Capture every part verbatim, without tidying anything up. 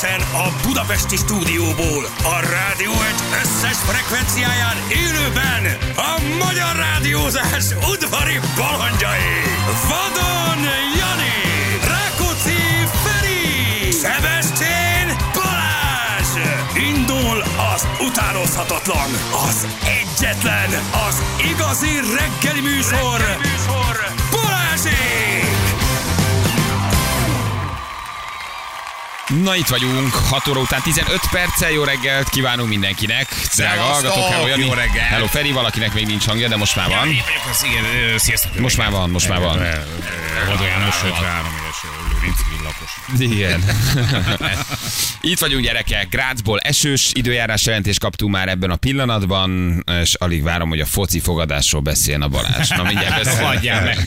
Élőben a budapesti stúdióból, a Rádió egy összes frekvenciáján élőben a magyar rádiózás udvari balandjai. Vadon Jani, Rákóczi Feri, Szebestén Balázs. Indul az utánozhatatlan, az egyetlen, az igazi reggeli műsor, reggeli műsor. Balázsék! Na itt vagyunk, hat óra után tizenöt perccel, jó reggelt kívánunk mindenkinek. Drága hallgatók, hello Jani. Jó reggelt. Hello Feri, valakinek még nincs hangja, de most már van. Igen, sziasztok. Most már van, most már van. Vadon János ötvenhárom éves Lőrinci villakos. Igen. Itt vagyunk gyerekek, Grácsból esős időjárás jelentést kaptunk már ebben a pillanatban, és alig várom, hogy a foci fogadásról beszéljen a Balázs. Na mindjárt beszéljen. Hagyjál meg.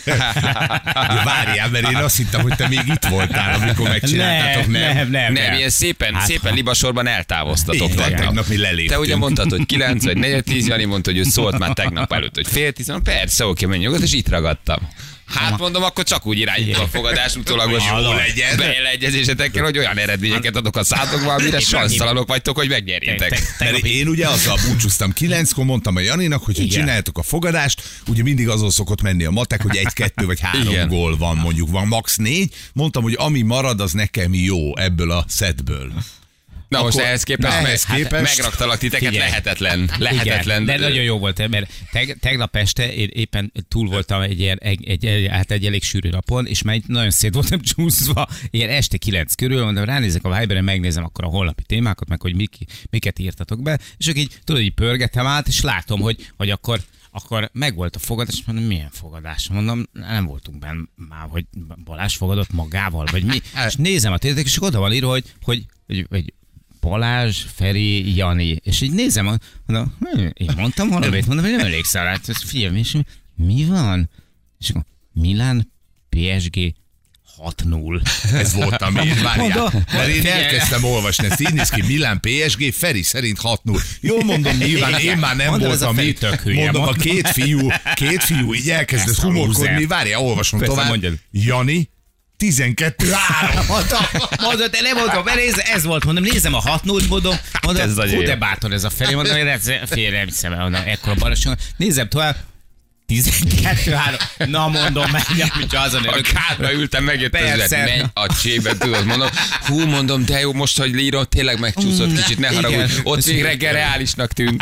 Várjál, mert én azt hittem, hogy te még itt voltál, amikor megcsináltátok. Nem, nem, nem. Nem, ilyen szépen, hát, szépen libasorban eltávoztatok. Igen, tegnap mi leléptünk. Te ugye mondtad, hogy kilenc vagy negyed tíz, Jani mondta, hogy ő szólt már tegnap előtt, hogy fél tíz, persze, oké, menj nyugodt, és itt ragadtam. Hát mondom, akkor csak úgy irányítva a fogadás utólagos jó legyen. Beleegyezésetekkel, hogy olyan eredményeket adok a szátokba, amire sansztalanok vagytok, hogy megnyerjétek. Mert én ugye azzal búcsúztam kilenckor, mondtam a Janinak, hogy ha csináljátok a fogadást, ugye mindig azon szokott menni a matek, hogy egy, kettő vagy három Igen. gól van, mondjuk van max négy. Mondtam, hogy ami marad, az nekem jó ebből a szetből. Na most ehhez képest, na, ehhez meg, képest hát megraktalak titeket, figyelj. lehetetlen. lehetetlen. Igen, de nagyon jó volt, mert teg, tegnap este én éppen túl voltam egy, ilyen, egy, egy, egy, hát egy elég sűrű napon, és már nagyon szét voltam csúszva, ilyen este kilenc körül, mondom, ránézek a Viberen, megnézem akkor a holnapi témákat, meg hogy mik, miket írtatok be, és akkor így tudod, így pörgetem át, és látom, hogy, hogy akkor akkor megvolt a fogadás, mondom, milyen fogadás? Mondom, nem voltunk benne már, hogy Balázs fogadott magával, vagy mi. És nézem a térdek, és oda van írva, hogy, hogy, hogy, hogy Balázs, Feri, Jani. És így nézem, mondom, én mondtam valamit, mondom, hogy nem emlékszel rá. Figyelj, és mi van? És akkor Milán, pé es gé, hat null. Ez volt a miért, várjál. Mert én elkezdtem olvasni, ezt így néz ki, Milán, pé es gé, Feri szerint hat null. Jó, mondom, nyilván én már nem mondom, voltam itt. Mondom, a két fiú, két fiú így elkezdett humorkodni, várjál, olvasom tovább. Mondjad. Jani, tizenkettő három. Mondod, te nem mondom, mert ez, ez volt, mondom, nézem a hat null, mondom, mondom, hú, de bátor ez a Feri, mondom, én félre nem hiszem, mondom, ekkora balason. Nézem tovább, tizenkettő három. Na mondom, menj, hogyha azon örök. A kádra ültem, megjött az ület, menj a csébe, tudod, mondom, hú, mondom, de jó, most, hogy Lira tényleg megcsúszott kicsit, ne haragudj, ott még reggel reálisnak tűnt.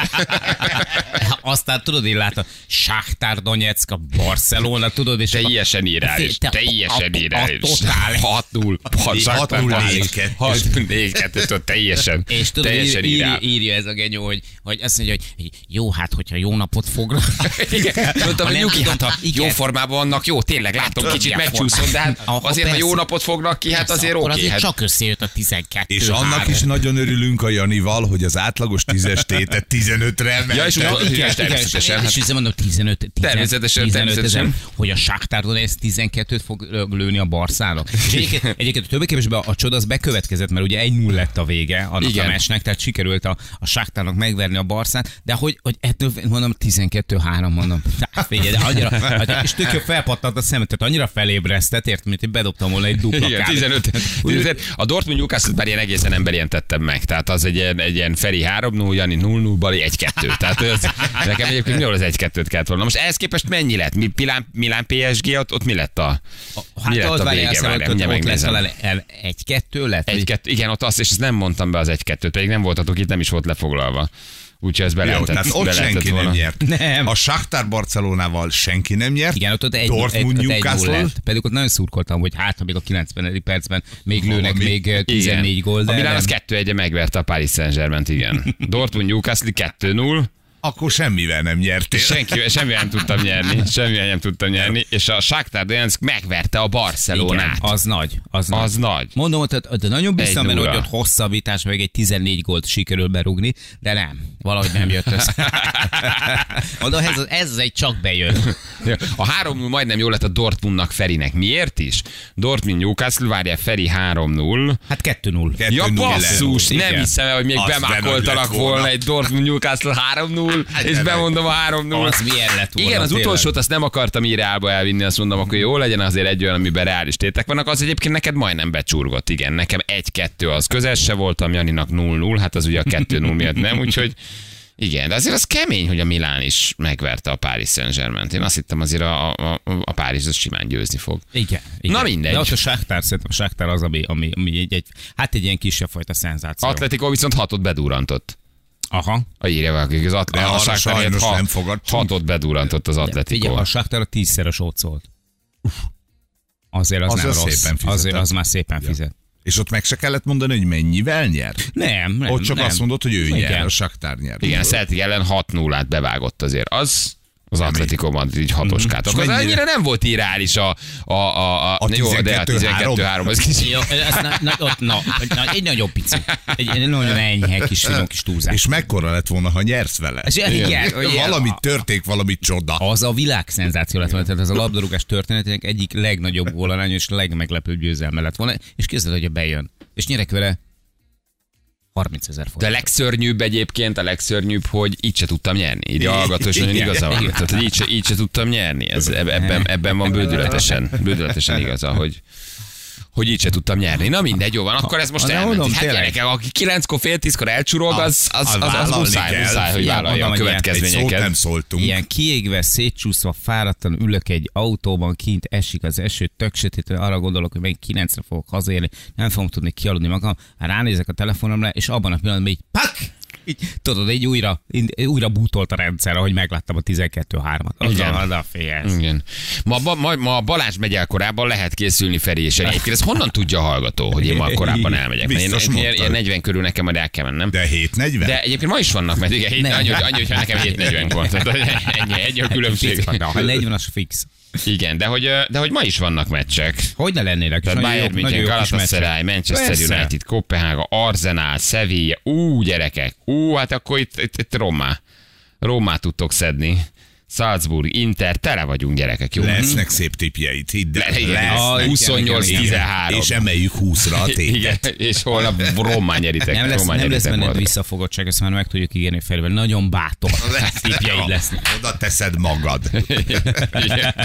Aztán tudod, én látom, Shakhtar Donetsk, a Barcelona, tudod, és teljesen irreális, teljesen irreális. hat null. hat null négy kettő, teljesen, és tudod, teljesen írja, írja ez a genyó, hogy, hogy azt mondja, hogy jó, hát, hogyha jó napot fogra. Mondtam, hogy nyugi, hát ha jó formában vannak, jó, tényleg látom, kicsit megcsúszott, de hát azért, ha jó napot fognak ki, hát azért oké. Azért csak összejött a tizenkettő. És annak is nagyon örülünk a Janival, hogy az átlagos tízes tétet tizenötre emelte. Ja, és igen, természetesen. És így mondom, tizenöt, természetesen, természetesen. Hogy a Shakhtar Donetsk tizenkettőt fog lőni a Barszának. És egyébként, egyébként többé-kevésbé a csoda az bekövetkezett, mert ugye egy null lett a vége annak a meccsnek, tehát sikerült a, a Shakhtarnak megverni a Barszát, de hogy, hogy ettől mondom tizenkettő három, mondom. Figyelj, de annyira, és tök jó felpattant a szemet, tehát annyira felébresztett, értem, mint én bedobtam volna egy dupla kávét. tizenöt. A Dortmund Newcastle bár ilyen egészen emberien tettem meg, tehát az egy ilyen, egy ilyen Feri három null, Jani null null, Bali egy kettő. Tehát az, nekem egyébként jól az egy kettőt kellett volna. Most ehhez képest mennyi lett? Milán, Milán pé es gé, ott, ott mi lett a, hát mi lett a vége? Már ott, ott lett talán egy kettő lett? Egy kettő, igen, ott azt, és ezt nem mondtam be az egy kettőt, pedig nem voltatok itt, nem is volt lefoglalva. Úgyhogy ez be lehetett, ott be senki volna. nem nyert. Nem. A Shakhtar Barcelonával senki nem nyert. Igen, ott, ott egy, Dortmund egy, Newcastle. Lett. Pedig ott nagyon szurkoltam, hogy hát, ha még a kilencvenedik percben még lőnek még tizennégy gól. A Milán az kettő egyre megverte a Paris Saint-Germaint, igen. Dortmund Newcastle kettő null. Akkor semmivel nem nyertél. Senki, semmivel nem tudtam nyerni, semmivel nem tudtam nyerni, és a Shakhtar Donetsk megverte a Barcelonát. Igen, az nagy, az nagy. Az nagy. Mondom, hogy de nagyon biztos, mert hogy ott hosszabbítás, meg egy tizennégy gólt sikerül berúgni, de nem, valahogy nem jött össze. Mondom, ez, ez egy csak bejön. A három null majdnem jól lett a Dortmundnak Ferinek. Miért is? Dortmund Newcastle, várjál, Feri három null. Hát kettő null. Ja, basszus, nem hiszem el, hogy még bemákoltanak volna egy Dortmund Newcastle három null. null, és bemondom a három null. Az milyen lett volna? Igen, az tényleg? utolsót azt nem akartam így reálba elvinni, azt mondom, akkor jó legyen azért egy olyan, amiben reális tétek vannak. Az egyébként neked majdnem becsurgott, igen. Nekem egy-kettő az közel se voltam, Janinak null null, hát az ugye a kettő null miatt nem, úgyhogy igen, de azért az kemény, hogy a Milán is megverte a Paris Saint-Germaint. Én azt hittem azért a, a, a Párizs az simán győzni fog. Igen, igen. Na mindegy. De ott a Shakhtar, szerintem a Shakhtar az, ami, ami, ami egy, egy, hát egy ilyen kisebb fajta szenzáció. Atletico viszont hatot bedurrantott. Aha. A írja valaki, az De Atletico arra sajnos hat, nem fogad. hatot bedurrantott az Atletico. Figyelj, a Shakhtar a tízszeres ócolt. Azért az, Az nem az rossz. szépen fizetett. Azért az már szépen Ja. fizet. És ott meg se kellett mondani, hogy mennyivel nyer? Nem, nem. Ott csak nem. azt mondod, hogy ő Igen. nyer, a Shakhtar nyer. Igen, a Celtic ellen hat nullát bevágott azért. Az az Atletico Madrid így hatoskát. Akkor az mennyire? annyira nem volt irreális a, a, a, a, A jó, de a tizenkettő tizenkettő három az kicsit. Jó, ez na, na, ott, na, na, egy nagyon pici. Egy, egy nagyon enyhe kis finom kis túlzás. És mekkora lett volna, ha nyersz vele? És igen, igen. Valami történik, valami csoda. Az a világ szenzáció lett volna, tehát ez a labdarúgás történetének egyik legnagyobb gólaránya és legmeglepőbb győzelme lett volna, és képzeld, hogy bejön. És nyerek vele harmincezer forint. De a legszörnyűbb egyébként, a legszörnyűbb, hogy így se tudtam nyerni. Így a hallgató, és nagyon igaza van. Tehát, hogy így se, így se tudtam nyerni. Ez, ebben, ebben van bődületesen, bődületesen igaza, hogy hogy így se tudtam nyerni. Na mindegy, jó van, akkor ez most Ha, elment. mondom, Hát tényleg. gyerekek, aki kilenckor, fél tízkor elcsurog, az, az, az, az, az vállalni muszáj, kell. muszáj, hogy Igen, vállalja a mondom, hogy Egy szót következményeket. nem szóltunk. Ilyen kiégve, szétcsúszva, fáradtan ülök egy autóban, kint esik az eső, tök sötét, arra gondolok, hogy még kilencre fogok hazérni, nem fogom tudni kialudni magam, hát ránézek a telefonomra, és abban a pillanatban így pak! Így, tudod, így újra, így, újra bútolt a rendszer, ahogy megláttam a tizenkettő hármat. Igen. Az a félsz. Igen. Ma, ma, ma, ma Balázs megy el korábban, lehet készülni Feri és Eri. Egyébként ezt honnan tudja a hallgató, hogy én ma korábban elmegyek? Mert Biztos én, én, mondtad. ilyen negyven körül nekem majd el kell mennem. De hét negyven? De egyébként ma is vannak, mert igen, hét, Nem. annyi, hogy- annyi, hogy nekem hét negyven volt. Tehát ennyi, ennyi a különbség. Ha negyven az fix. Igen, de hogy, de hogy ma is vannak meccsek. Hogy ne lennének? Tehát Nagyon Bayern jó- nagyon München, jó kis meccsek. Galatasaray, Manchester Persze. United, Kopenhága, Arsenal, Sevilla, ú, gyerekek, ú, hát akkor itt, itt, itt Rómá. Rómát tudtok szedni. Salzburg, Inter, tele vagyunk gyerekek, jó? Lesznek szép tippjeid, hidd el. Le- igen, Lesznek. a huszonnyolc tizenhárom. És emeljük húszra a Igen, tétet. és holnap Rómán nyeritek. Nem lesz, Rómán nem lesz nyeritek benned majd. visszafogottság, ezt már meg tudjuk ígérni felül. Nagyon bátor tippjeid lesznek. Oda teszed magad. Igen.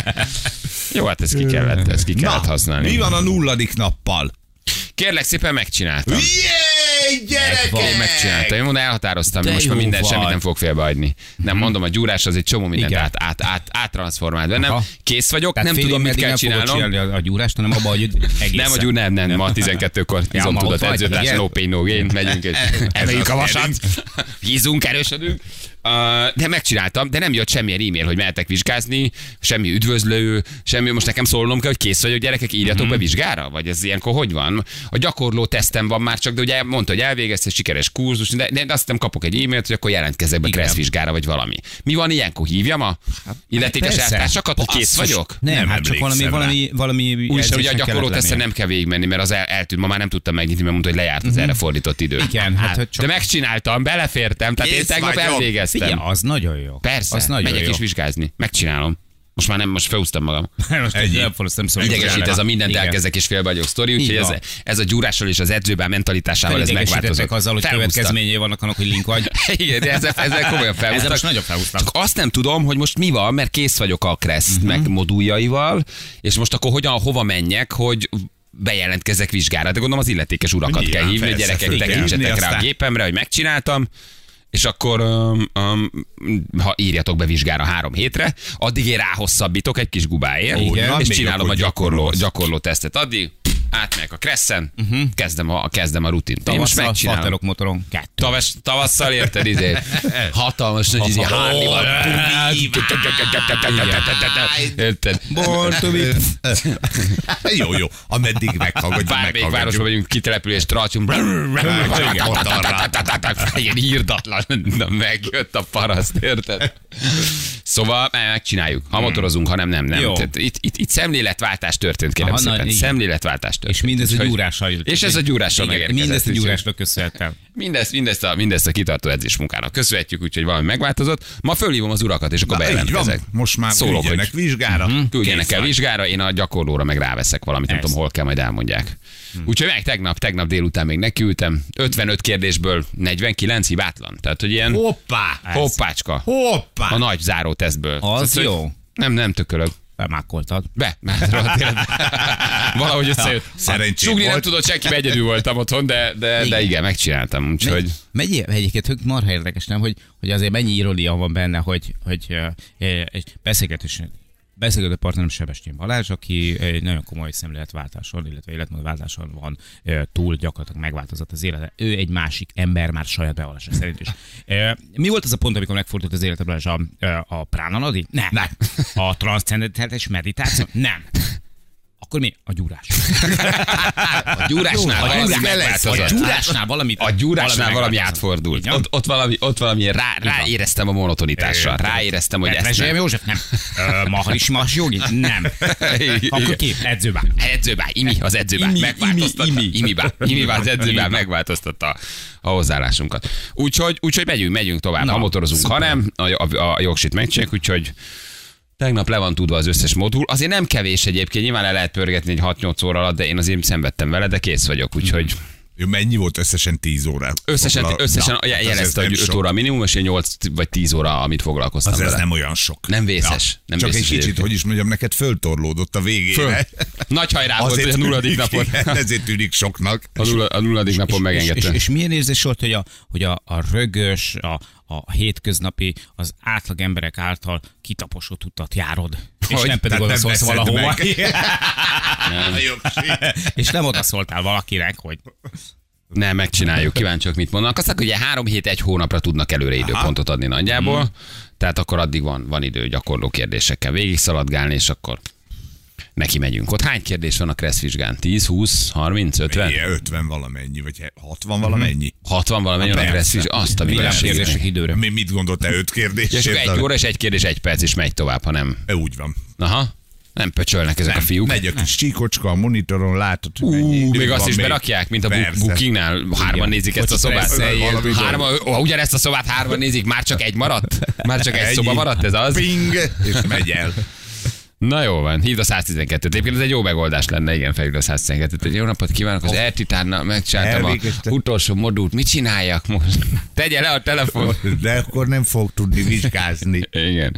Jó, hát ezt ki kellett, ezt ki kellett használni. mi van a nulladik nappal? Kérlek szépen, megcsináltam. Jéj, gyerekek! Én megcsináltam. Én mondom, elhatároztam, De most már jó minden, vagy. semmit nem fog félbehagyni. Nem mondom, a gyúrás az egy csomó mindent Igen. át, át, át, áttranszformált bennem. Aha. Kész vagyok, Tehát nem félig tudom, mit meddig kell nem fogod csinálnom. csinálni a, a gyúrást, hanem abba, hogy egészen. Nem, a gyúr, nem, nem, ma tizenkettőkor Ja, izom ma tudott ott vagy, edzőtárs, igen. no pain, no gain, megyünk és emeljük a vasat, hízunk, erősödünk. Uh, de megcsináltam, de nem jött semmilyen e-mail, hogy mehetek vizsgázni, semmi üdvözlő, semmi, most nekem szólnom kell, hogy kész vagyok, gyerekek, írjatok Mhm. be vizsgára? Vagy ez ilyenkor hogy van? A gyakorló tesztem van már csak, de ugye mondta, hogy elvégezte, sikeres kurzus, de, de azt nem kapok egy e-mailt, hogy akkor jelentkezzek be Igen. Kressz vizsgára, vagy valami. Mi van ilyenkor? Hívjam a illetékes persze. eltársakat, hogy kész Basszus. vagyok? Nem, Nem hát csak valami, emlékszem rá. valami, valami Úgyis, ugye a edzésnek gyakorló kellett teszten lennie. nem kell végigmenni, mert az el, eltűnt. Ma már nem tudtam megnyitni, mert mondta, hogy lejárt az erre fordított idő. Igen, hát, hogy csak... De megcsináltam, belefértem, tehát én Kész tegnap vagyok. elvégeztem. Figyelj, az nagyon jó. Persze, az nagyon megyek jó. is vizsgázni. Megcsinálom. Most már nem, most felhúztam magam. Most Ennyi. nem fogsz, nem szólni. Idegesít ez a mindent Igen. elkezdek és félbehagyok sztori, úgyhogy Így ez, van. ez a gyúrással és az edzőben mentalitásával ez Felidegesítettek megváltozott. azzal, hogy Felhúzta. következményei vannak annak, hogy link vagy. Igen, de ezzel, ezzel komolyan Ezzel felhúztak. most nagyon felhúztam. Csak azt nem tudom, hogy most mi van, mert kész vagyok a Kressz uh-huh. meg moduljaival, és most akkor hogyan, hova menjek, hogy bejelentkezzek vizsgára. De gondolom az illetékes urakat Nyilván, kell hívni, persze, gyerekek, föl kell hívni, tekintsetek rá a aztán- gépemre, hogy megcsináltam, és akkor um, um, ha írjatok be vizsgára három hétre, addig én ráhosszabbítok egy kis gubáért, Igen. és Még csinálom akkor a gyakorló, gyakorolsz. gyakorló tesztet. Addig átmegyek a Kresszen, uh-huh. kezdem, a, kezdem a rutint. Én most Tavasszal, megcsinálom. faterok motoron, kettő. Tavasz, tavasszal érted, izé. Hatalmas nagy izé, Harley-val. Érted? Born to be. Jó, jó. Ameddig meghallgatjuk, Bármelyik városban meghallgatjuk. vagyunk, kitelepülés, tracunk. Ilyen írdatlan. Na, megjött a paraszt, érted? Szóval megcsináljuk. Ha motorozunk, ha nem, nem. nem. Tehát itt, itt, itt szemléletváltás történt, kérem Aha, szépen. na, szemléletváltás történt. És mindez a Úgyhogy- gyúrással jött. És ez a gyúrással Igen, megérkezett. mindezt a Úgyhogy- gyúrásnak köszönhetem. Mindezt, mindezt, a, mindezt a kitartó edzés munkának köszönhetjük, úgyhogy valami megváltozott. Ma fölhívom az urakat, és akkor Na, így van. bejelentkezek. Most már Szólok, küldjenek hogy vizsgára. küldjenek Kész el vagy. vizsgára, én a gyakorlóra meg ráveszek valamit, nem Ezt. tudom, hol kell, majd elmondják. Úgyhogy meg tegnap, tegnap délután még nekiültem. ötvenöt kérdésből negyvenkilenc hibátlan. Tehát, hogy ilyen Hoppá! hoppácska. Hoppá! A nagy záró tesztből. Az Tehát, hogy jó. Nem, nem tökölök. Bemákoltad. Be, már rohadt élet. Valahogy összejött. Szerencsém Sugni nem volt. tudott senki, mert egyedül voltam otthon, de, de, de igen, megcsináltam. Úgyhogy Megy, egyébként tök marha érdekes, nem, hogy, hogy azért mennyi irónia van benne, hogy, hogy uh, egy beszélgetés, beszélgető partnerem Sebestyén Balázs, aki egy nagyon komoly szemléletváltáson, illetve életmódváltáson van uh, túl, gyakorlatilag megváltozott az élete. Ő egy másik ember már saját bevallása szerint is. Uh, mi volt az a pont, amikor megfordult az élete Balázs? A, a pránanadi? Nem. Nem. A transzcendentális meditáció? Nem. Akkor mi? A gyúrás. a gyúrásnál a valami gyúrás- megváltozott. a gyúrásnál valami, A gyúrásnál valami megváltozott. átfordult. Igen? Ott, ott valami, ott valami rá, van. ráéreztem a monotonitásra. Ráéreztem, hogy ezt Rezselyem nem. József? Nem. Ö, Maharishi Mahesh Yogi? Nem. Akkor ki? Edzőbá. Edzőbá, imi, az edzőbá Imi, megváltoztatta. imi, imi. Imibá, imibá, az edzőbá Imibá. megváltoztatta a hozzáállásunkat. Úgyhogy, úgyhogy megyünk, megyünk tovább. Na, ha motorozunk, ha szuper. nem, a, a, a jogsit megcsináljuk, úgyhogy tegnap le van tudva az összes modul. Azért nem kevés egyébként, nyilván le lehet pörgetni egy hat-nyolc óra alatt, de én azért szenvedtem vele, de kész vagyok, úgyhogy Jó, mennyi volt összesen tíz óra? összesen, Foglal- összesen Na, hát jelezte, ez nem hogy öt sok. óra minimum, és én nyolc vagy tíz óra, amit foglalkoztam Az ez vele. nem olyan sok. Nem vészes, nem Csak vészes egy kicsit, egyébként. hogy is mondjam, neked föltorlódott a végére. Föl. Nagy hajrá volt, hogy a Azért nulladik tűnik, napon. igen, ezért tűnik soknak. A, nulla, a nulladik napon És, megengedte. és, és milyen érzés volt, hogy a, hogy a, a rögös, a, a hétköznapi, az átlag emberek által kitaposott utat járod. És Hogy? nem pedig Tehát oda nem szólsz veszed valahova. meg. A jogsit. És nem oda szóltál valakinek, hogy Nem, megcsináljuk, kíváncsiak mit mondanak. Aztán ugye három hét, egy hónapra tudnak előre időpontot adni nagyjából, hmm. tehát akkor addig van, van idő gyakorló kérdésekkel végig szaladgálni, és akkor neki megyünk. Ott hány kérdés van a Kressz vizsgán? tíz, húsz, harminc, ötven? Igen, ötven valamennyi, vagy hatvan valamennyi. hatvan valamennyi van a Kressz vizsgán? Azt a minden mindenségét. kérdések időre. Mi mit gondolt te öt kérdés? És akkor egy óra és egy kérdés, egy perc, és megy tovább, ha nem. Úgy van. Aha. Nem pöcsölnek ezek a fiúk. Megy a kis csíkocska a monitoron, látod, hogy Ú, mennyi idő még van azt is még. berakják, mint a bu- Persze. bookingnál. Hárman nézik ezt a Hogy szobát. stresszeljél. Hárman, ó, ugyanezt a szobát hárman nézik, már csak egy maradt? Már csak egy Ennyi. szoba maradt, ez az? Ping, és megy el. Na jó van, hívd a száztizenkettőt. Egyébként ez egy jó megoldás lenne, igen, felhívd a száztizenkettőt. Egy jó napot kívánok, az Airtitánnal megcsináltam a Elvégezte. utolsó modult. Mit csináljak most? Tegye le a telefon. De akkor nem fog tudni vizsgázni. Igen.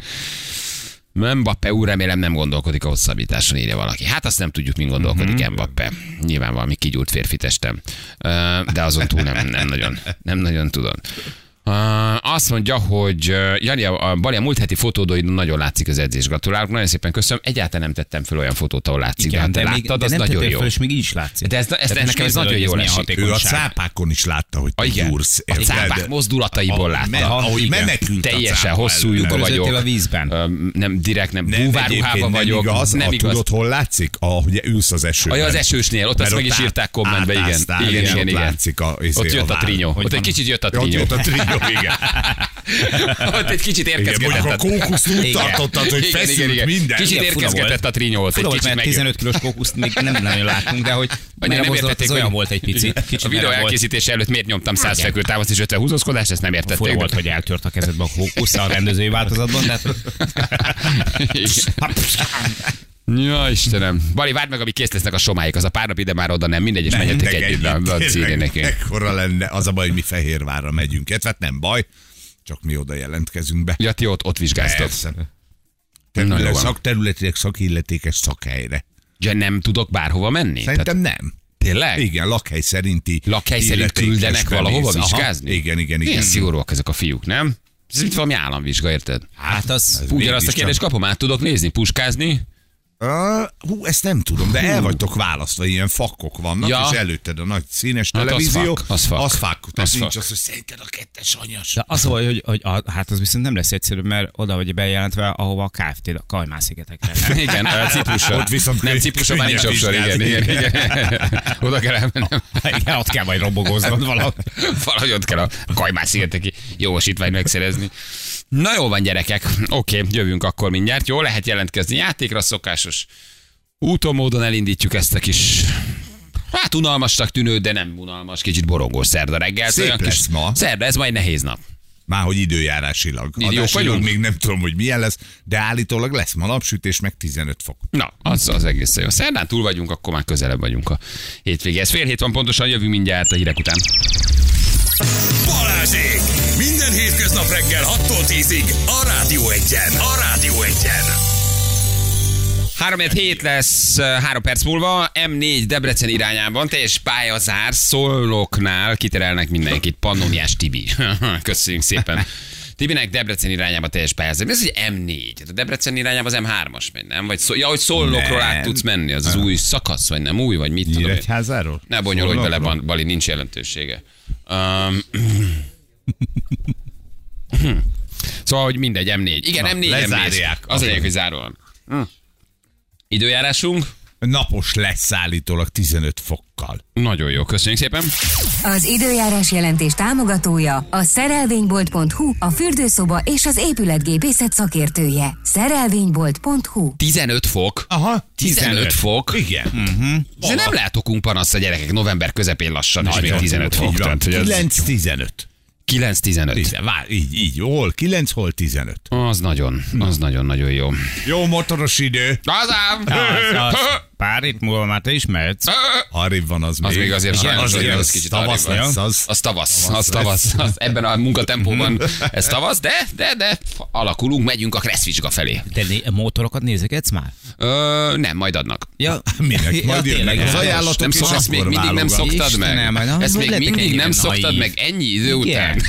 Mbappé úr remélem nem gondolkodik a hosszabbításon, írja valaki. Hát azt nem tudjuk, mi gondolkodik Mhm. Mbappé. Nyilván valami kigyúrt férfi testem. Ö, De azon túl nem, nem, nagyon, nem nagyon tudom. Uh, azt mondja, hogy uh, Jani, a, a Bali a múlt heti fotódóidon nagyon látszik az edzés. Gratulálok, nagyon szépen köszönöm. Egyáltalán nem tettem föl olyan fotót, ahol látszik, de, hát te még, láttad, de az nem nagyon tettél jó. föl, és még így is látszik. De ez, ez, Tehát nekem ez most nagyon nézd, jól hogy ez esik. milyen Ő a hatékonyság. cápákon is látta, hogy te Igen, gyúrsz. a cápák érted? mozdulataiból A- látta. me- Ahogy Igen. menekült a Teljesen cápa hosszú előle. lyukba Fölözöttél vagyok. a vízben. Ö, Nem, direkt nem. Nem, Búvárruhában egyébként vagyok. Nem igaz, nem a, igaz. tudod, hol látszik? Ahogy ülsz az esőben. Aj, az esősnél, ott ezt Mert meg is át- írták kommentbe, igen. átáztál, Igen, és igen, ott igen. látszik a, izé, Ott jött a vár. trinyó. Hogy Ott egy van? kicsit jött a Ott trinyó. jött a trinyó, igen. Ott egy kicsit Igen, mondjuk a érkezgetett. kókuszt úgy Igen. tartottad, hogy Igen, feszült igen, igen. minden. Kicsit Igen, fura érkezgetett volt. a trinyó, ott egy Fura volt, kicsit mert meg... tizenöt kilós kókuszt még nem nagyon láttunk, de hogy Vagy meg a nem mozdulat értették, az olyan hogy- volt egy picit. Kicsit A videó merev volt. elkészítése előtt miért nyomtam száz Igen. fekvőtámaszt és ötven húzózkodást, ezt nem Fura értették. volt, hogy eltört a kezedbe a kókusz a rendezői változatban, de Ja, Istenem. Bali, várd meg, amíg kész lesznek a somáik, az a pár nap ide már oda nem, mindegy, és menjetek együtt a a círének. Ekkora lenne, az a baj, hogy mi Fehérvárra megyünk. Hát nem baj, csak mi oda jelentkezünk be. Ja, ti ott, ott vizsgáztok. Persze. Na, jó Terület, van. szakterületileg szakilletékes szakhelyre. Ja, nem tudok bárhova menni? Szerintem Tehát, nem. tényleg? Igen, lakhely szerinti. Lakhely szerint illetékes küldenek valahova bemész. Aha, vizsgázni? Igen, igen, igen. Milyen szigorúak ezek a fiúk, nem? Ez mint valami államvizsga, érted? hát az... Ugyanazt a mégis kérdést kapom, át tudok nézni, puskázni? Uh, hú, ezt nem tudom, de el vagytok választva, ilyen fakkok vannak, Ja. és előtted a nagy színes Hát az televízió. fak, az fak. Az fak. Az Tehát nincs fak. az, hogy szerinted a kettes anyas. De az volt, hogy, hogy a, hát az viszont nem lesz egyszerű, mert oda vagy bejelentve, ahova a Kft. A Kajmán-szigetekre. Igen, a Ciprusra. Ott viszont nem, Ciprusra már nincs könnyebb offshore, igen, vizsgázni. igen, igen. Oda kell elmennem. Igen, ott kell majd robogóznod valahogy. Valahogy ott kell a Kajmán-szigeteki jogosítványt megszerezni. Na jó van, gyerekek. Oké, okay, jövünk akkor mindjárt. Jó, lehet jelentkezni játékra, szokásos úton, módon elindítjuk ezt a kis... Hát unalmasnak tűnő, de nem unalmas, kicsit borongós szerda reggel. Szép lesz kis... ma. Szerda, ez majd nehéz nap. Már hogy időjárásilag. Adásilag még nem tudom, hogy milyen lesz, de állítólag lesz ma napsütés, meg tizenöt fok. Na, az, az egész jó. Szerdán túl vagyunk, akkor már közelebb vagyunk a hétvégéhez. Fél hét van pontosan, jövünk mindjárt a hírek után. Balázsék! Minden hétköznap reggel hattól tízig a Rádió Egyen. A Rádió Egyen. három hét lesz három perc múlva, em négy Debrecen irányában, teljes pályazár, Szolnoknál kiterelnek mindenkit. Pannoniás Tibi. Köszönjük szépen. Tibinek Debrecen irányába teljes pályázat. Ez egy em négy. A Debrecen irányába az em hármas megy, nem? Vagy szó... Ja, hogy Szolnokról nem. Át tudsz menni. Az, az új szakasz, vagy nem új, vagy mit tudom. Nyíregyházáról? Ne bonyolodj bele, Bali, nincs jelentősége. Um... szóval, hogy mindegy, em négy. Igen, na, em négy, em négy. Az legyek, hogy záróan. Hm. Időjárásunk? Napos lesz állítólag tizenöt fokkal. Nagyon jó, köszönjük szépen. Az időjárás jelentés támogatója a szerelvénybolt pont hu, a fürdőszoba és az épületgépészet szakértője. szerelvénybolt pont hu. tizenöt fok. Aha, tizenöt, tizenöt fok. Igen. Uh-huh. De nem látok panaszt a gyerekek november közepén lassan, és még tizenöt fok. kilenc tizenöt. kilenc tizenöt. Vár, így, így, hol kilenc, hol tizenöt. Az nagyon, az nagyon-nagyon jó. Jó motoros idő. Az ám! Az, az. Pár itt múlva már te is mehetsz. Arrébb van az, az még. még azért sajnos, az, az, az kicsit tavasz lesz az. Az tavasz, az tavasz. Az ebben a munkatempóban ez tavasz, de, de, de alakulunk, megyünk a kresszvizsga felé. De né- motorokat nézegetsz már? Ö, nem, majd adnak. Ja, minek? Majd ja, jönnek az ajánlatok, nem szok, ezt még mindig nem szoktad meg. Ezt még mindig nem szoktad meg ennyi idő után.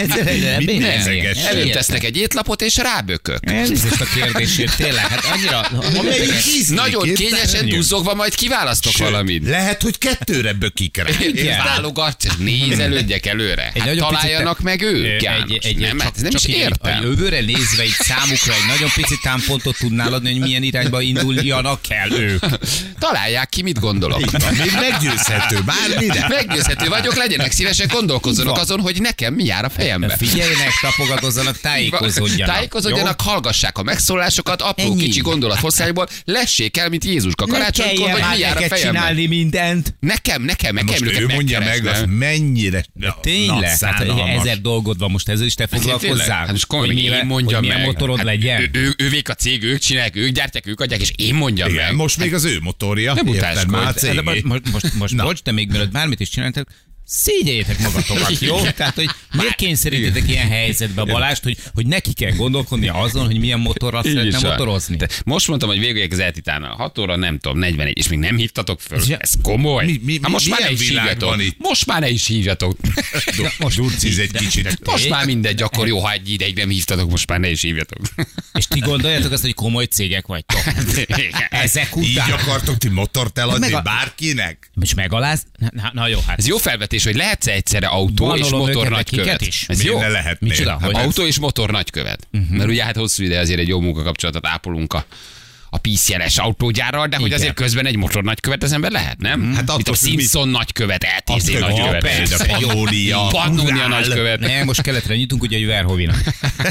Előtesznek egy étlapot és rábökök. Elnézést a kérdésért, tényleg. Hát annyira... Nagyon kényesen duzzogva majd kiválasztok sőt, valamit. Lehet, hogy kettőre bökik rá. Válogatsz, nézelődjek előre. Hát találjanak picit, meg ők, János. Egy, egy, nem, csak, nem is értem. A jövőre nézve egy számukra egy nagyon pici támpontot tudnál adni, hogy milyen irányba induljanak el ők. Találják ki, mit gondolok. Még meggyőzhető, bármire. Meggyőzhető vagyok, legyenek szívesek, gondolkozzanak azon, hogy nekem mi jár a fejembe. Figyeljenek, tapogatózzanak, tájékozódjanak. Tájékozódjanak, hallgassák a megszólásokat, apró kicsi gondolat hosszájból, lessék el, mint Jézuska karácsonykor, hogy mi jár a fejembe. Csinálni mindent. Nekem, nekem, nekem. Most ő mondja meg, az mennyire. Tényleg? Hát ezer dolgod van most, ezzel is te foglalkozzál. Hát most komoly, én mondjam meg. Milyen motorod legyen? Ővék a cég, ők csinálják, ők gyártják, ők adják, és én mondjam meg. Most még az ő motorja. Nem utáskodj. Most, most bocs, de még mielőtt bármit is csináltak, szégyeljétek magatokat, jó? Tehát, hogy miért kényszerítetek ilyen helyzetbe a Balást, hogy, hogy neki kell gondolkodnia azon, hogy milyen motorral szeretne motorozni. De most mondtam, hogy végüljek az Eltitánnal. hat óra, nem tudom, negyvenegy, és még nem hívtatok föl. Ez komoly. Mi, mi, hát most már ne is hívjatok. Most már ne is hívjatok. Most durciz egy kicsit. Most már mindegy, akkor jó, ha egy ideig nem hívtatok, most már ne is hívjatok. És ti gondoljátok azt, hogy komoly cégek vagytok. Ezek után. Így akartok ti motort eladni bárkinek? És megaláz? Na, na jó, hát. Ez jó felvetés, hogy lehetsz egyszerre autó van és motor nagykövet. Is. Ez jó? Lehet Micsoda, hát autó és motor nagykövet. Uh-huh. Mert ugye hát hosszú ide azért egy jó munkakapcsolatot ápolunk a a píszjeles autógyárral, de hogy igen. Azért közben egy motor nagykövet az ember lehet, nem? Hát itt a Simpson mit... nagykövet, é té zé nagykövet. Persze, Pannónia. Pannónia nagykövet. Nem, most keletre nyitunk, ugye egy Verhovinak.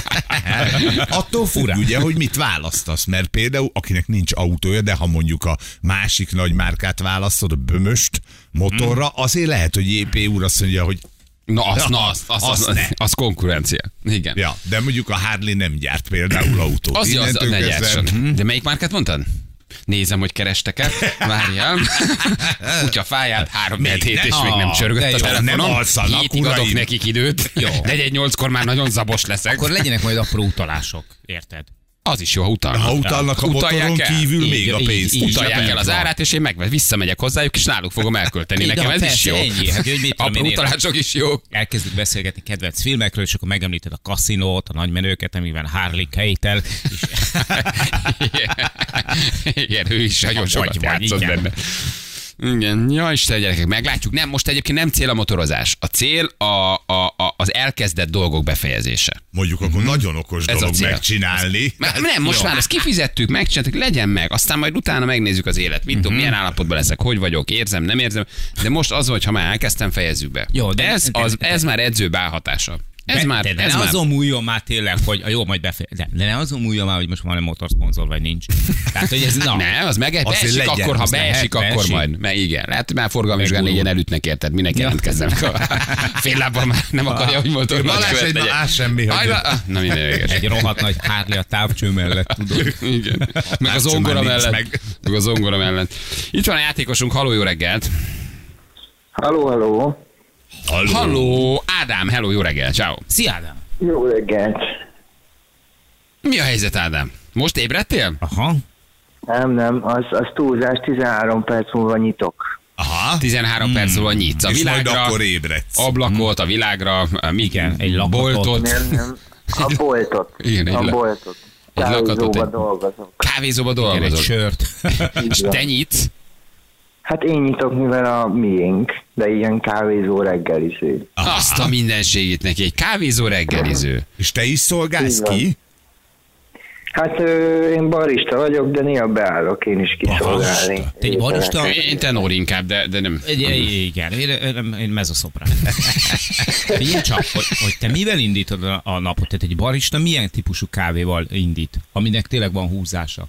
Attól függ, ugye, hogy mit választasz, mert például akinek nincs autója, de ha mondjuk a másik nagy márkát választod, a Bömöst motorra, azért lehet, hogy jé pé úr azt mondja, hogy Na, az, na, az, az, az, az, az konkurencia. Igen. Ja, de mondjuk a Harley nem gyárt például autót. Az, az, az ne gyártson. De melyik márkát mondtad? Nézem, hogy kerestek-e. Várjál. Kutya fáját, három hét és még nem csörgött a telefonom. Hétig adok nekik időt. De egy nyolckor már nagyon zabos leszek. Akkor legyenek majd apró utalások, érted? Az is jó, ha utalnak. Ha utalnak a motoron kívül így, még a pénzt. Így, így, utalják el az árát, és én meg visszamegyek hozzájuk, és náluk fogom elkölteni. Nekem ez persze, is jó. Ennyi. Hát, hogy apró utalások is jó. Elkezdünk beszélgetni kedvenc filmekről, és akkor megemlíted a kaszinót, a nagymenőket, amiben Harley Keitel. És... Igen, ő is nagyon sokat játszott benne. Igen, ja Isten, gyerekek, meglátjuk. Nem, most egyébként nem cél a motorozás. A cél a, a, a, az elkezdett dolgok befejezése. Mondjuk akkor mm-hmm. nagyon okos ez dolog megcsinálni. Nem, nem most jó. Már ezt kifizettük, megcsináltuk, legyen meg. Aztán majd utána megnézzük az élet. Mit mm-hmm. tudom, milyen állapotban leszek, hogy vagyok, érzem, nem érzem. De most az, hogy ha már elkezdtem, fejezzük be. Jó, de ez, az, ez már edző beállhatása. Ez de, már, de, de ez ne már. azon múljon már tényleg, hogy a jó, majd befél. De, de ne azon múljon már, hogy most van-e motorszponzor, vagy nincs. Tehát, hogy ez na. Nem, az meg Azért beesik legyen, akkor, ha az beesik, lehet, akkor beesik. majd. Mert igen, lehet, hogy már forgalmi vizsgán négyen elütnek, érted? Mindenki jelentkezzen. Fél lábban már nem akarja, hogy motor Balázs nagykövet egy legyen. á semmi, hogy Ajna, ah, na minden véges. Egy rohadt nagy Harley a távcső mellett, tudod. Igen. Meg a Hát, zongora nincs mellett. meg. Meg a zongora mellett. Itt van a játékosunk, halló, jó reggelt. Halló, halló. Halló, Ádám, hello, jó reggel, ciao. Szia, Ádám. Jó reggelt. Mi a helyzet, Ádám? Most ébredtél? Aha. Nem, nem, az, az túlzás, tizenhárom perc múlva nyitok. Aha. tizenhárom perc múlva nyitsz a És majd világra, akkor ébredsz. ablakot, a világra, mi Igen, egy lakatot. boltot. Nem, nem. A boltot. Igen, egy a la- boltot. egy lakatot, Kávézóba egy- dolgozok. Kávézóba Igen, egy dolgozol. sört. És te nyitsz? Hát én nyitok, mivel a miénk, de ilyen kávézó reggeliző. Azt a mindenségét neki, egy kávézó reggeliző. És te is szolgálsz Így van. ki? Hát ö, én barista vagyok, de néha beállok én is kiszolgálni. Te egy barista? Én tenor inkább, de, de nem. Egy, egy, igen, én, én, én mezoszoprán. Figyelj csak, hogy, hogy te mivel indítod a, a napot? Tehát egy barista milyen típusú kávéval indít, aminek tényleg van húzása?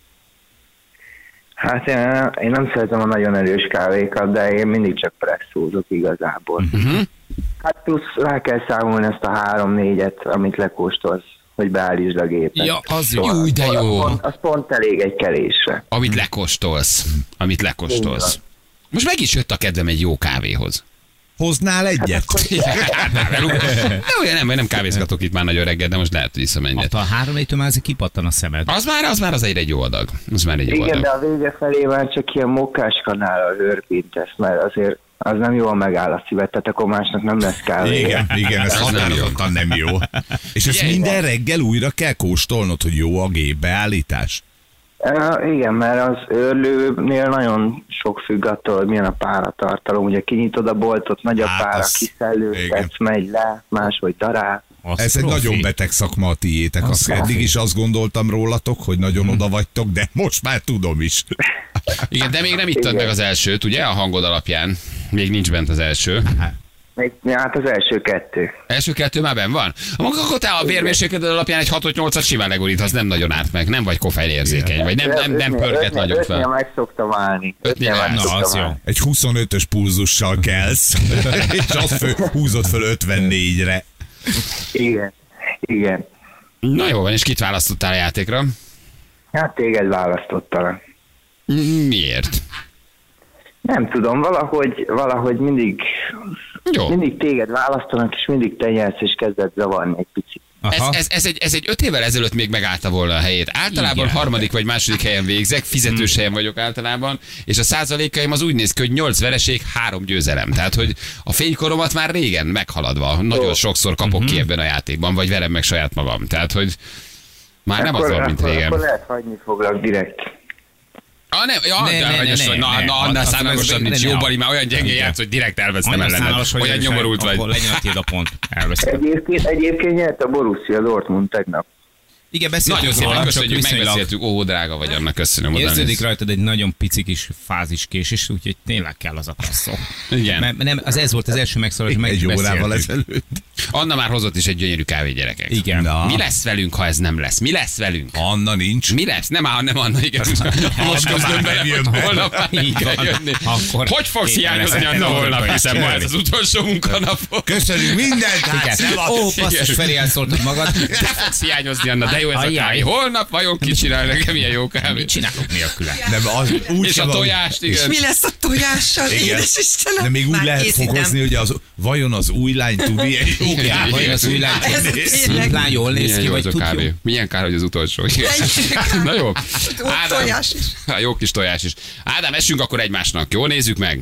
Hát én, én nem szeretem a nagyon erős kávékat, de én mindig csak presszózok igazából. Uh-huh. Hát plusz rá kell számolni ezt a három-négyet, amit lekóstolsz, hogy beállítsd a gépet. Ja, az jó. Új, de jó. Az pont, az pont elég egy kelésre. Amit lekóstolsz. Amit lekóstolsz. Most meg is jött a kedvem egy jó kávéhoz. Hoznál egyet? De olyan nem, nem kávézgatok itt már nagyon reggel, de most lehet, hogy iszom egyet. Hát a három-négytől már azért kipattan a szemed. Az már, az már az egy jó adag. Az már egy jó Igen, adag. de a vége felé már csak ilyen mokkás kanállal hörpintesz, mert azért az nem jól megáll a szívet, tehát akkor másnak nem lesz kávé. Igen, igen, ez Ez nem határozottan nem jó. És ezt Figyelj, minden reggel újra kell kóstolnod, hogy jó a gépbeállítás? Uh, igen, mert az őrlőnél nagyon sok függ attól, hogy milyen a páratartalom. Ugye kinyitod a boltot, nagy a Hát pára, az- kiszellőztetsz, megy le, máshogy darál. Az Ez egy profi. nagyon beteg szakma a tiétek. Azt profi. eddig is azt gondoltam rólatok, hogy nagyon oda vagytok, de most már tudom is. Igen, de még nem ittad meg az elsőt, ugye, a hangod alapján. Még nincs bent az első. Még, hát az első kettő. Első kettő már benn van? Akkor te a vérmérsékleted alapján egy hatot nyolcat simán leguríthatsz, nem nagyon árt meg, nem vagy koffein érzékeny, vagy nem, nem, nem pörget nagyon Ötnél fel. meg szoktam állni. Ötnél Ötnél meg állsz. Na, szoktam az jó. állni. Egy huszonötös pulzussal kelsz, és azt föl, húzod föl ötvennégyre. Igen, igen. Na jó van, és kit választottál a játékra? Hát téged választottalak. Miért? Nem tudom, valahogy, valahogy mindig, Jó. mindig téged választanak, és mindig te nyersz, és kezded zavarni egy picit. Ez, Aha. ez, ez, egy, ez egy öt évvel ezelőtt még megállta volna a helyét. Általában Igen. harmadik vagy második helyen végzek, fizetős helyen vagyok általában, és a százalékaim az úgy néz ki, hogy nyolc vereség, három győzelem. Tehát, hogy a fénykoromat már régen meghaladva. Nagyon sokszor kapok ki ebben a játékban, vagy verem meg saját magam. Tehát, hogy már nem az van, mint akkor, régen. akkor lehet hagyni foglak direkt. Ah, nem, ja, Ne, de, ne, hogy ne, az, ne, hogy na, ne. na, annál Azt- szánalmasabb azt- nincs. ne, Jó, ne. Bali, már olyan gyengén Igen. játsz, hogy direkt elvesztem Annyira ellened. szánalos, hogy Olyan ez- nyomorult vagy. Akkor legyen a tiéd a pont. Elvesztem. Egyébként, egyébként nyert a Borussia Dortmund tegnap. Igen, beszéltünk Nagyon szépen róla, csak köszönjük, viszonylag megbeszéltük. Ó, drága vagy, annak köszönöm. oda érződik néz. rajtad egy nagyon pici kis fáziskésés, úgyhogy tényleg kell az a passzó. Igen. Mert nem, az ez volt az első megszólalás, meg Egy is órával beszéltük. ezelőtt. Anna már hozott is egy gyönyörű kávét, gyerekek. Igen. Na. Mi lesz velünk, ha ez nem lesz? Mi lesz velünk? Anna nincs. Mi lesz? Nem áll, nem Anna, igen. Most Anna közlöm már bele, nem jön hogy be. holnap már Így kell van. jönni. Akkor Hogy fogsz képen hiányozni, leszek. Anna, holnap, Kell. hiszen ma ez az utolsó munkanapon. Köszönjük mindent! Hát, Igen. szevasz. Ó, basszus, Feri, elszóltad magad. Te fogsz hiányozni, Anna, de jó ez a Ajjaj. kávé. Holnap vajon ki csinál nekem ilyen jó kávét? Mit csinálok nélküle? Nem, az úgy És sem a van- tojást, igen. Mi lesz a tojással? Igen. Édes Istenem! De még úgy Már lehet készítem. fokozni, hogy az, vajon az új lány tud ilyen jó Igen, kávét? Vagy az új lány, Ez tényleg. lány jól néz Milyen ki, jó vagy ez a tud kávé. jó. Milyen kár, hogy az utolsó. Igen. Na jó. Ott Ádám. tojás is. Há, jó kis tojás is. Ádám, essünk akkor egymásnak. Jó, nézzük meg.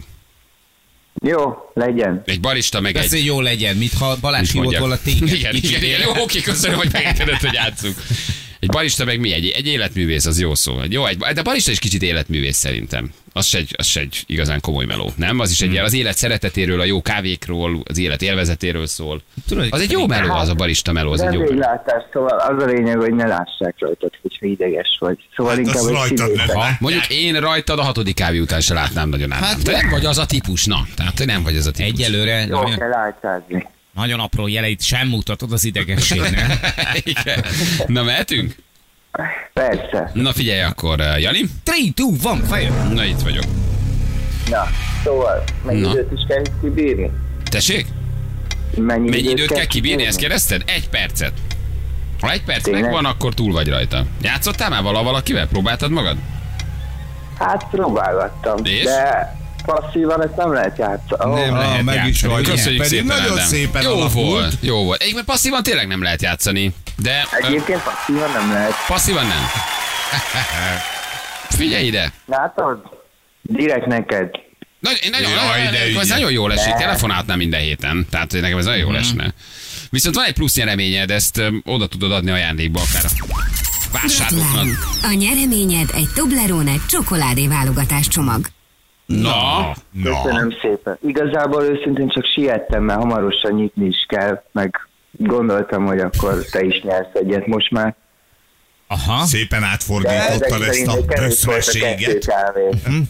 Jó, legyen. Egy barista, meg Persze, egy... hogy jó legyen, mintha Balázs Mit hívott mondjak? volna téged. Igen, Kicsit igen, igen. éle- Jó, oké, köszönöm, hogy megengedett, hogy játszunk. Egy barista meg mi? Egy, egy életművész, az jó szó. Jó, egy, de barista is kicsit életművész szerintem. Az se egy, az se egy igazán komoly meló, nem? Az is egy ilyen, az élet szeretetéről, a jó kávékról, az élet élvezetéről szól. Tudod, Az egy jó meló, az a barista meló, az egy jó meló. Vendéglátás, szóval az a lényeg, hogy ne lássák rajtad, hogyha ideges vagy. Szóval Hát inkább az egy rajtad kivétel. nem. Ha, mondjuk én rajtad a hatodik kávé után se látnám nagyon át. Hát, te nem vagy az a típus, na. Tehát te nem vagy az a típus. Egyelőre Jó nagyon, kell álcázni. Nagyon apró jeleit sem mutatod az idegességnek. Igen. Na, mehetünk? Persze. Na figyelj akkor, uh, Jani. három, kettő, egy, fire! Na, itt vagyok. Na, szóval, mennyi Na. időt is kell kibírni? Tessék? Mennyi, Mennyi időt kell kibírni, ezt kérdezted? Egy percet. Ha egy perc Tényleg? megvan, akkor túl vagy rajta. Játszottál már vala valakivel? Próbáltad magad? Hát próbálgattam, És? de passzívan ezt nem lehet játszani. Nem Oh, lehet meg is játszani. vagy. Köszönjük Pedig szépen, nagyon Ádám. szépen Jó alakult. volt, jó volt. Egyébként passzívan tényleg nem lehet játszani. De ö, Egyébként passzívan nem lehet. passzívan nem. Figyelj ide. Látod? Direkt neked. Nagy, én nagyon, Jaj, nagyon, de ez ügyes. nagyon jól esik, Ne. telefonáltnál minden héten. Tehát hogy nekem ez nagyon jól esne. Viszont van egy plusz nyereményed, ezt ö, oda tudod adni ajándékba akár a vásárlóknak. Gratulálunk! A nyereményed egy Toblerone csokoládé válogatás csomag. Na, Köszönöm szépen. Igazából őszintén csak siettem, mert hamarosan nyitni is kell, meg gondoltam, hogy akkor te is nyersz egyet most már. Aha. Szépen De ezek átfordítottad ezt szerint a még kevés volt a kettő böszmeséget. kávé.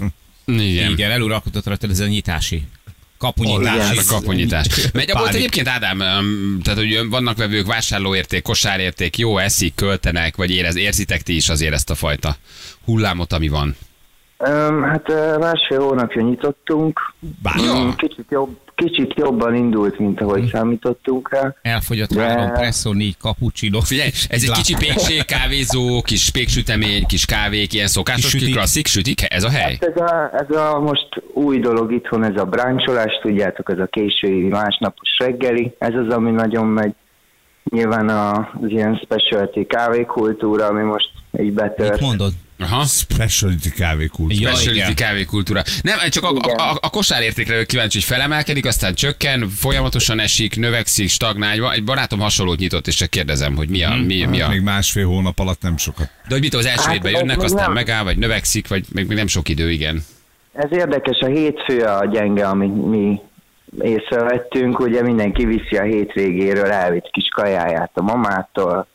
igen. Igen, eluralkodott rajtad ez a nyitási. Kapunyítás. Igen. A kaponyítás. Megy volt Pánik. egyébként, Ádám, öm, tehát hogy vannak vevők, vásárlóérték, kosárérték, jó eszik, költenek, vagy érez, érzitek ti is azért ezt a fajta hullámot, ami van. Öm, hát ö, másfél hónapja nyitottunk. Jó. Mm, Kicsit, jobb, kicsit jobban indult, mint ahogy számítottunk rá. Elfogyott De- három presszó, négy cappuccino. Figyelj, ez egy kicsi pékség, kávézó, kis péksütemény, kis kávék, ilyen szokásos, Kis kis sütik. klasszik sütik, ez a hely? Ez a, ez a most új dolog itthon, ez a bráncsolás, tudjátok, ez a késői másnapos reggeli, ez az, ami nagyon megy. Nyilván az ilyen specialty kávékultúra, ami most így Mit betört. mondod? Aha. Specialty kávékultúra. Ja, Specialty igen. kávékultúra. Nem, csak a, Igen. a, a, a kosárértékre vagyok kíváncsi, hogy felemelkedik, aztán csökken, folyamatosan esik, növekszik, stagnál. Egy barátom hasonlót nyitott, és csak kérdezem, hogy mi a... Mi, mi a... Még másfél hónap alatt nem sokat. De hogy mit az első Hát, hétben ez jönnek, még aztán nem. megáll, vagy növekszik, vagy még, még nem sok idő, igen. Ez érdekes, a hétfő a gyenge, amit mi észrevettünk, ugye mindenki viszi a hétvégéről, elvitt kis kajáját a mamától,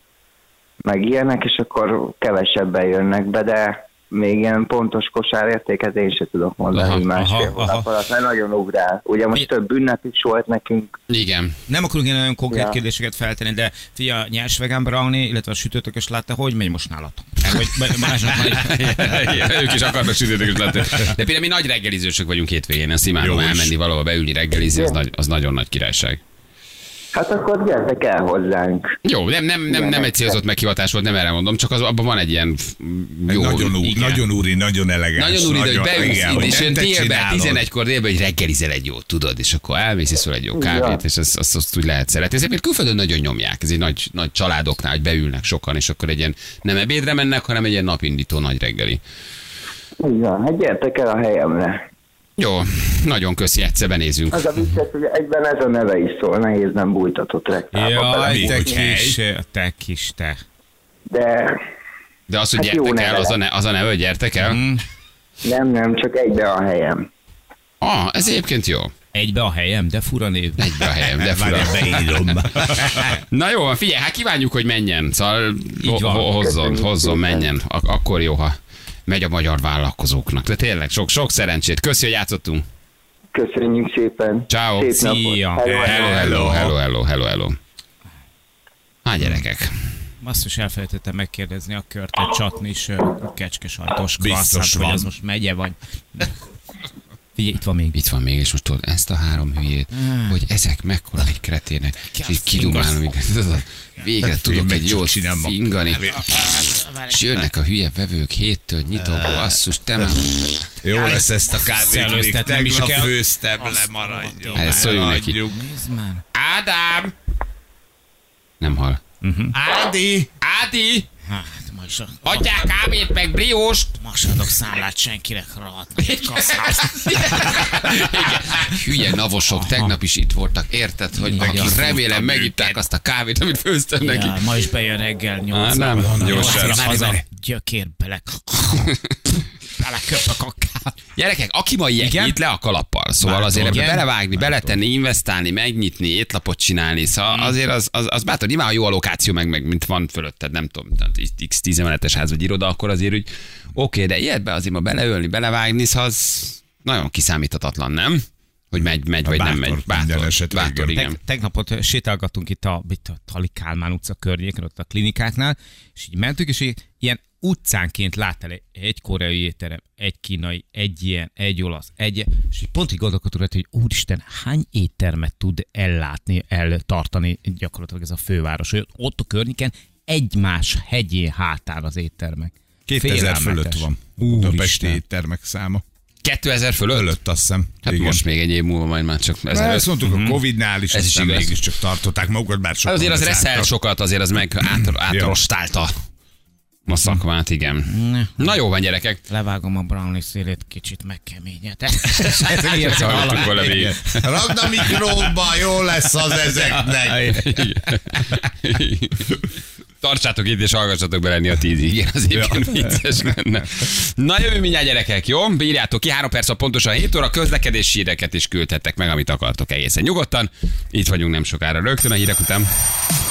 meg ilyenek, és akkor kevesebben jönnek be, de még ilyen pontos kosárértéket én sem tudok mondani, Aha, hogy másfél aha, hónap aha. alatt, mert nagyon ugrál. Ugye most több ünnep is volt nekünk. Igen. Nem akarunk én nagyon konkrét Ja. kérdéseket feltenni, de figyelj, a nyers vegán brownie, illetve a sütőtökös látta, hogy megy most nálatok? Mert hogy vagy Balázsnak van egy... Igen, ők is akarnak sütőtökös látni. De például mi nagy reggelizősök vagyunk hétvégén, ezt imádom Jó is. elmenni valahol beülni reggelizni, az, nagy, az nagyon nagy királyság. Hát akkor gyertek el hozzánk. Jó, nem, nem, nem, nem egy célzott meghivatás volt, nem erre mondom, csak az, abban van egy ilyen Egy jó, nagyon, úr, igen. nagyon úri, nagyon elegáns. nagyon úri, hogy beülsz igen, itt, hogy és nem jön te délben, csinálod. tizenegykor délben, hogy reggelizel egy jót, tudod, és akkor elmész, iszol egy jó kávét, Ja. és azt, azt, azt úgy lehet szeretni. Ezért külföldön nagyon nyomják, ez egy nagy, nagy családoknál, hogy beülnek sokan, és akkor egy ilyen nem ebédre mennek, hanem egy ilyen napindító nagy reggeli. Így van, hát gyertek el a helyemre. Jó, nagyon köszi, egyszer benézünk. Az a vicces, hogy egyben ez a neve is szól, nehéz nem bújtatott reklámba Jaj, te belebújni. kis, te kis, te. De De az, hogy Hát jó gyertek el, neve az a, ne, az a neve, hogy gyertek el. Mm. nem, nem, csak egybe a helyem. Ah, ez egyébként jó. Egybe a helyem, de fura név. Egybe a helyem, de fura. Várj, beírom. Na jó, van, figyelj, hát kívánjuk, hogy menjen. Szóval Így van. ho- hozzon, Köszönjük hozzon, szépen. menjen. Ak- akkor jó, ha megy a magyar vállalkozóknak. De tényleg sok, sok szerencsét. Köszi, hogy játszottunk. Köszönjük szépen. Ciao. Szép Szia. napot. Hello, Hello, hello, hello, hello, hello, hello. Hát gyerekek. Azt is elfelejtettem megkérdezni a kört, egy csatnis, ö, kecskesajtos Biztos klasszát, hogy van. az most megye vagy. Figyelj, itt van még. Itt van még, és most tudod, ezt a három hülyét, hogy ezek mekkora egy kretének, és így kidumálom őket. Tudod, végre tudok meg egy csak jót csinálom a fingani. kávét. És jönnek a hülye vevők héttől nyitóba, asszus, te már. Jó lesz ezt a kávét, még Szellőztet nem is tegnap kell. főztem le, maradjon. Hát, szóljunk neki. Adjuk. Nézd már. Ádám! Nem hal. Ádi! Ádi! Hát, ma is a... Adják kávét, meg brióst! Ma sem adok számlát senkinek, rohadnak egy kasszát. Hülye navosok tegnap is itt voltak, érted? Hogy Igen. akik remélem Fúrtam megitták őket. azt a kávét, amit főztem neki. Ja, ma is bejön reggel nyolc. Á, nem, gyorsan. Haza, gyökér bele. Beleköpök a kávét. Gyerekek, aki ma ilyet Igen? nyit le a kalappal, szóval Bátor. azért ebbe Igen? belevágni, beletenni, investálni, megnyitni, étlapot csinálni, szóval azért az, az, az bátor. Nyilván a jó a lokáció, meg, meg mint van fölötted, nem tudom, tehát x tíz emeletes ház vagy iroda, akkor azért úgy oké, de ilyetbe azért ma beleölni, belevágni, szóval az nagyon kiszámíthatatlan, nem? Hogy megy, megy, vagy bátor, nem megy. minden Bátor, esetre, bátor, igen. igen. Teg- tegnapot sétálgattunk itt a, itt a Tali Kálmán utca környéken, ott a klinikáknál, és így mentünk, és így ilyen utcánként láttál egy koreai étterem, egy kínai, egy ilyen, egy olasz, egy, és így pont így gondolkodtunk, hogy úristen, hány éttermet tud ellátni, eltartani gyakorlatilag ez a főváros, hogy ott a környéken egymás hegyén hátán az éttermek. kétezer fölött van. Budapesti éttermek száma. kétezer fölött? Fölött, azt hiszem. Hát igen. most még egy év múlva majd már csak Na, ezer. ezt mondtuk a Covidnál is, Ez is aztán igaz. mégiscsak tartották magukat, bár sokan Azért az bezártak. reszel sokat, azért az meg át, átrostálta a szakmát, igen. Na jó van, gyerekek. Levágom a brownie szélét, kicsit megkeményed. Ezt hallottuk volna végig. Rakd a mikróba, jó lesz az ezeknek. Tartsátok itt, és hallgassatok bele lenni a tízig. Igen, az egyébként vicces lenne. Na jövő mindjárt, gyerekek, jó? Bírjátok ki, három perc a pontosan hét óra, közlekedési híreket is küldhettek meg, amit akartok egészen nyugodtan. Itt vagyunk nem sokára, rögtön a hírek után.